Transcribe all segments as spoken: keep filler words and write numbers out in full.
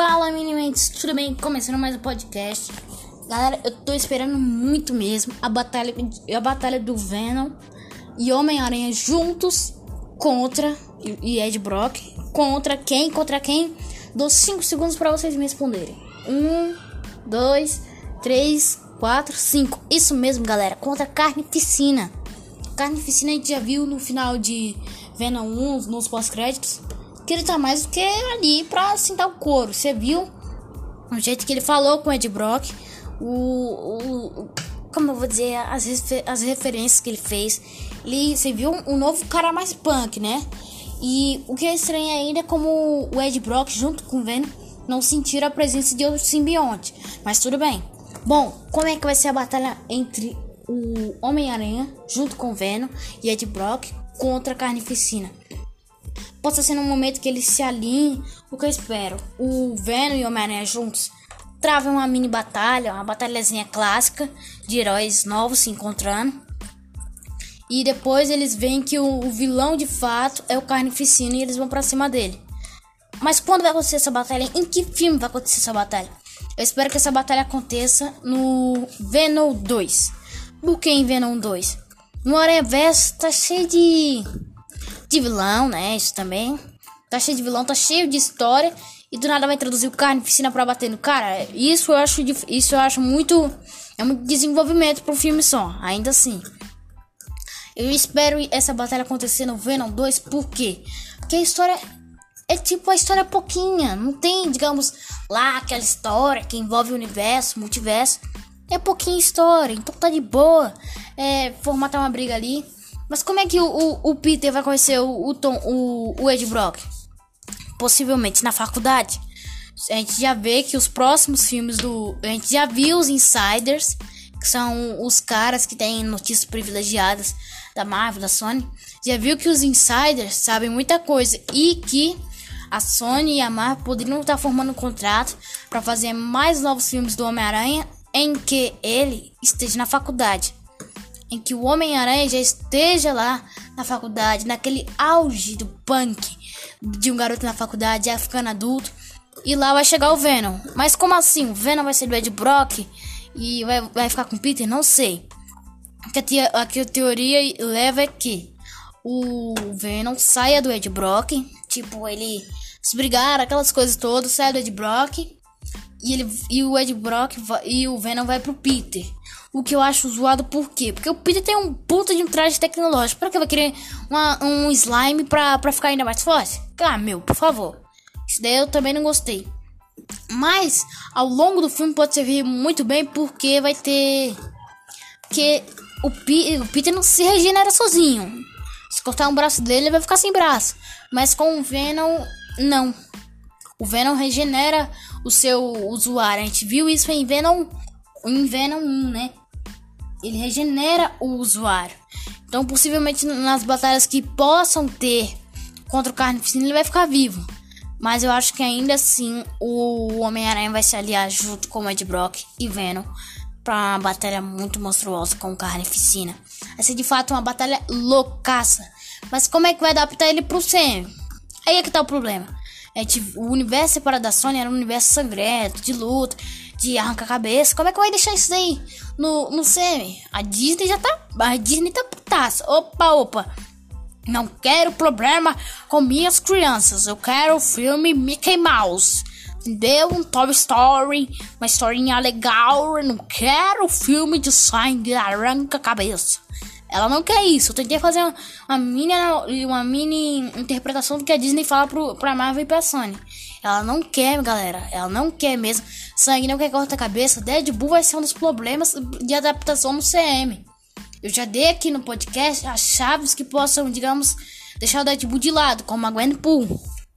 Fala, Minimentes, tudo bem? Começando mais um podcast. Galera, eu tô esperando muito mesmo a batalha, a batalha do Venom e Homem-Aranha juntos contra, e Ed Brock, contra quem? Contra quem? Dou cinco segundos pra vocês me responderem. um, dois, três, quatro, cinco. Isso mesmo, galera, contra Carnificina. Carnificina a gente já viu no final de Venom um, nos pós-créditos, que ele tá mais do que ali pra sentar o couro. Você viu o jeito que ele falou com o Ed Brock, o, o, o como eu vou dizer, as, refer- as referências que ele fez. Ele, você viu um, um novo cara mais punk, né? E o que é estranho ainda é como o Ed Brock, junto com o Venom, não sentiram a presença de outro simbionte. Mas tudo bem. Bom, como é que vai ser a batalha entre o Homem-Aranha, junto com o Venom, e Ed Brock contra a Carnificina? Possa ser num momento que eles se alinhem. O que eu espero, o Venom e o Homem-Aranha juntos travem uma mini batalha, uma batalhazinha clássica de heróis novos se encontrando. E depois eles veem que o, o vilão de fato é o Carnificina e eles vão pra cima dele. Mas quando vai acontecer essa batalha? Em que filme vai acontecer essa batalha? Eu espero que essa batalha aconteça no Venom dois. Por que em Venom dois? No Aranhaverso tá cheio de... de vilão, né? Isso também. Tá cheio de vilão, tá cheio de história. E do nada vai introduzir o Carnificina pra bater no cara. Isso eu acho, isso eu acho muito... É muito desenvolvimento pro filme só. Ainda assim. Eu espero essa batalha acontecer no Venom dois. Por quê? Porque a história... É tipo a história pouquinha. Não tem, digamos, lá aquela história que envolve o universo, multiverso. É pouquinha história. Então tá de boa. É, formatar uma briga ali. Mas como é que o, o, o Peter vai conhecer o, o, Tom, o, o Ed Brock? Possivelmente na faculdade. A gente já vê que os próximos filmes do... A gente já viu os Insiders, que são os caras que têm notícias privilegiadas da Marvel, da Sony. Já viu que os Insiders sabem muita coisa e que a Sony e a Marvel poderiam estar formando um contrato para fazer mais novos filmes do Homem-Aranha em que ele esteja na faculdade. Em que o Homem-Aranha já esteja lá na faculdade, naquele auge do punk de um garoto na faculdade, já ficando adulto. E lá vai chegar o Venom. Mas como assim? O Venom vai ser do Ed Brock e vai, vai ficar com o Peter? Não sei. A, te, a, a teoria leva é que o Venom saia do Ed Brock. Tipo, ele se brigar, aquelas coisas todas, saia do Ed Brock. E, ele, e o Ed Brock vai, e o Venom vai pro Peter. O que eu acho zoado, por quê? Porque o Peter tem um puta de um traje tecnológico. Pra que vai querer uma, um slime pra, pra ficar ainda mais forte? Ah, meu, por favor. Isso daí eu também não gostei. Mas, ao longo do filme pode servir muito bem, porque vai ter... Porque o, P, o Peter não se regenera sozinho. Se cortar um braço dele, ele vai ficar sem braço. Mas com o Venom, não. O Venom regenera o seu usuário. A gente viu isso em Venom, em Venom um, né? Ele regenera o usuário. Então, possivelmente, nas batalhas que possam ter contra o Carnificina, ele vai ficar vivo. Mas eu acho que ainda assim, o Homem-Aranha vai se aliar junto com o Ed Brock e Venom pra uma batalha muito monstruosa com o Carnificina. Vai ser de fato uma batalha loucaça. Mas como é que vai adaptar ele pro C M? Aí é que tá o problema. É, tipo, o universo separado da Sony era um universo sangrento, de luta, de arranca-cabeça. Como é que vai deixar isso aí no, no C M? A Disney já tá... A Disney tá putaça. Opa, opa. Não quero problema com minhas crianças. Eu quero o filme Mickey Mouse. Entendeu? Um Toy Story. Uma historinha legal. Eu não quero filme de sangue, arranca-cabeça. Ela não quer isso. Eu tentei fazer uma, uma, mini, uma mini interpretação do que a Disney fala pro, pra Marvel e pra Sony. Ela não quer, galera. Ela não quer mesmo. Sangue não quer cortar a cabeça. Deadpool vai ser um dos problemas de adaptação no C M. Eu já dei aqui no podcast as chaves que possam, digamos, deixar o Deadpool de lado, como a Gwenpool.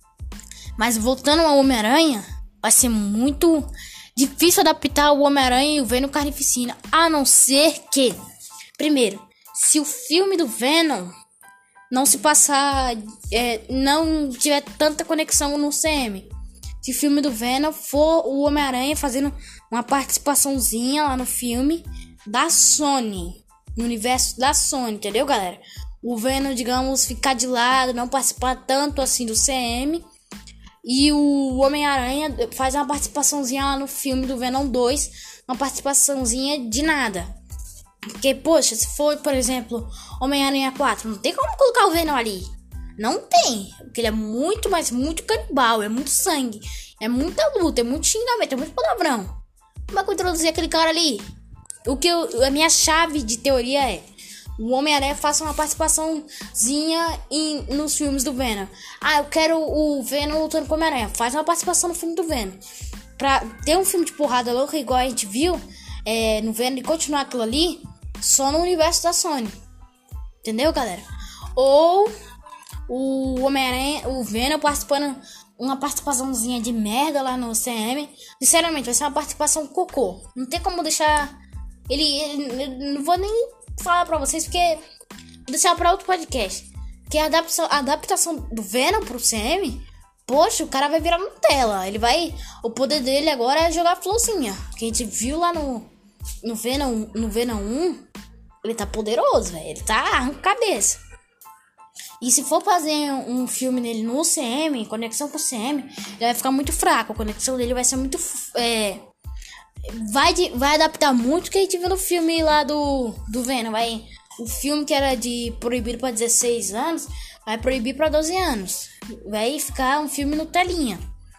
Mas voltando ao Homem-Aranha, vai ser muito difícil adaptar o Homem-Aranha e o Venom Carnificina. A não ser que, primeiro, se o filme do Venom não se passar, é, não tiver tanta conexão no C M. Se o filme do Venom for o Homem-Aranha fazendo uma participaçãozinha lá no filme da Sony, no universo da Sony, entendeu, galera? O Venom, digamos, ficar de lado, não participar tanto assim do C M. E o Homem-Aranha faz uma participaçãozinha lá no filme do Venom dois. Uma participaçãozinha de nada. Porque, poxa, se for, por exemplo, Homem-Aranha quatro, não tem como colocar o Venom ali. Não tem. Porque ele é muito, mas muito canibal. É muito sangue. É muita luta. É muito xingamento. É muito palavrão. Como é que eu introduzir aquele cara ali? O que eu, a minha chave de teoria é: o Homem-Aranha faça uma participaçãozinha em, nos filmes do Venom. Ah, eu quero o Venom lutando com o Homem-Aranha. Faz uma participação no filme do Venom. Pra ter um filme de porrada louca, igual a gente viu é, no Venom, e continuar aquilo ali só no universo da Sony. Entendeu, galera? Ou o Homem-Aranha, o Venom participando, uma participaçãozinha de merda lá no C M. Sinceramente, vai ser uma participação cocô. Não tem como deixar ele, ele, ele não vou nem falar pra vocês, porque vou deixar pra outro podcast. Que a adaptação, a adaptação do Venom pro C M, poxa, o cara vai virar Nutella. Ele vai, o poder dele agora é jogar florzinha. Que a gente viu lá no no Venom, no Venom um, ele tá poderoso, velho. Ele tá arranca cabeça. E se for fazer um filme nele no C M, em conexão com o C M, ele vai ficar muito fraco. A conexão dele vai ser muito é, vai, de, vai adaptar muito o que a gente viu no filme lá do, do Venom. Vai, o filme que era de proibido pra dezesseis anos, vai proibir pra doze anos. Vai ficar um filme no telinha.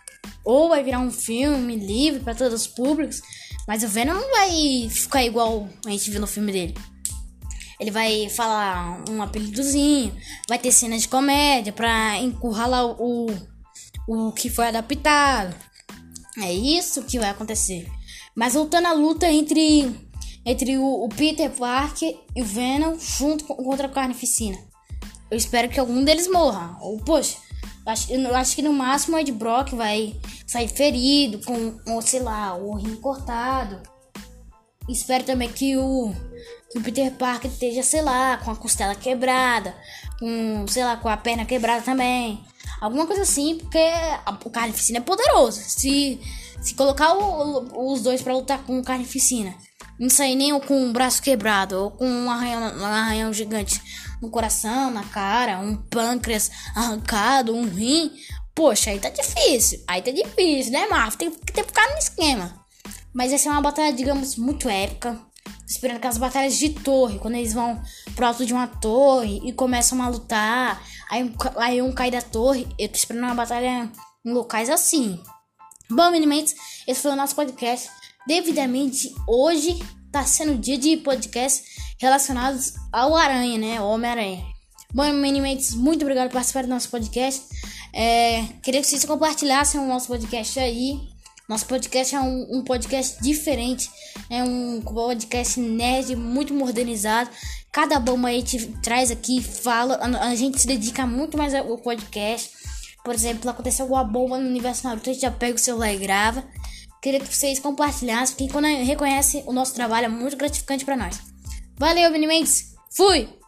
Ou vai virar um filme livre pra todos os públicos. Mas o Venom não vai ficar igual a gente viu no filme dele. Ele vai falar um apelidozinho, vai ter cenas de comédia pra encurralar o, o, o que foi adaptado. É isso que vai acontecer. Mas voltando à luta entre, entre o, o Peter Parker e o Venom junto com, contra a Carnificina. Eu espero que algum deles morra. Ou, poxa, eu acho, eu acho que no máximo o Ed Brock vai sair ferido, com, ou, sei lá, o rim cortado. Espero também que o, que o Peter Parker esteja, sei lá, com a costela quebrada, com, sei lá, com a perna quebrada também. Alguma coisa assim, porque a, o Carnificina é poderoso. Se, se colocar o, os dois pra lutar com o Carnificina, não sair nem com o braço quebrado, ou com um arranhão, um arranhão gigante no coração, na cara, um pâncreas arrancado, um rim, poxa, aí tá difícil. Aí tá difícil, né, Marvel? Tem que ter que ficar no esquema. Mas essa é uma batalha, digamos, muito épica. Esperando aquelas batalhas de torre, quando eles vão pro alto de uma torre e começam a lutar. Aí, aí um cai da torre. Eu tô esperando uma batalha em locais assim. Bom, meninos, esse foi o nosso podcast. Devidamente, hoje tá sendo dia de podcast relacionados ao Aranha, né? O Homem-Aranha. Bom, meninos, muito obrigado por participar do nosso podcast. É, queria que vocês compartilhassem o nosso podcast aí. Nosso podcast é um, um podcast diferente. É um podcast nerd, muito modernizado. Cada bomba aí a gente traz aqui, fala. A, a gente se dedica muito mais ao podcast. Por exemplo, aconteceu alguma bomba no universo Naruto, a gente já pega o celular e grava. Queria que vocês compartilhassem, porque quando reconhece o nosso trabalho é muito gratificante pra nós. Valeu, meninos. Fui!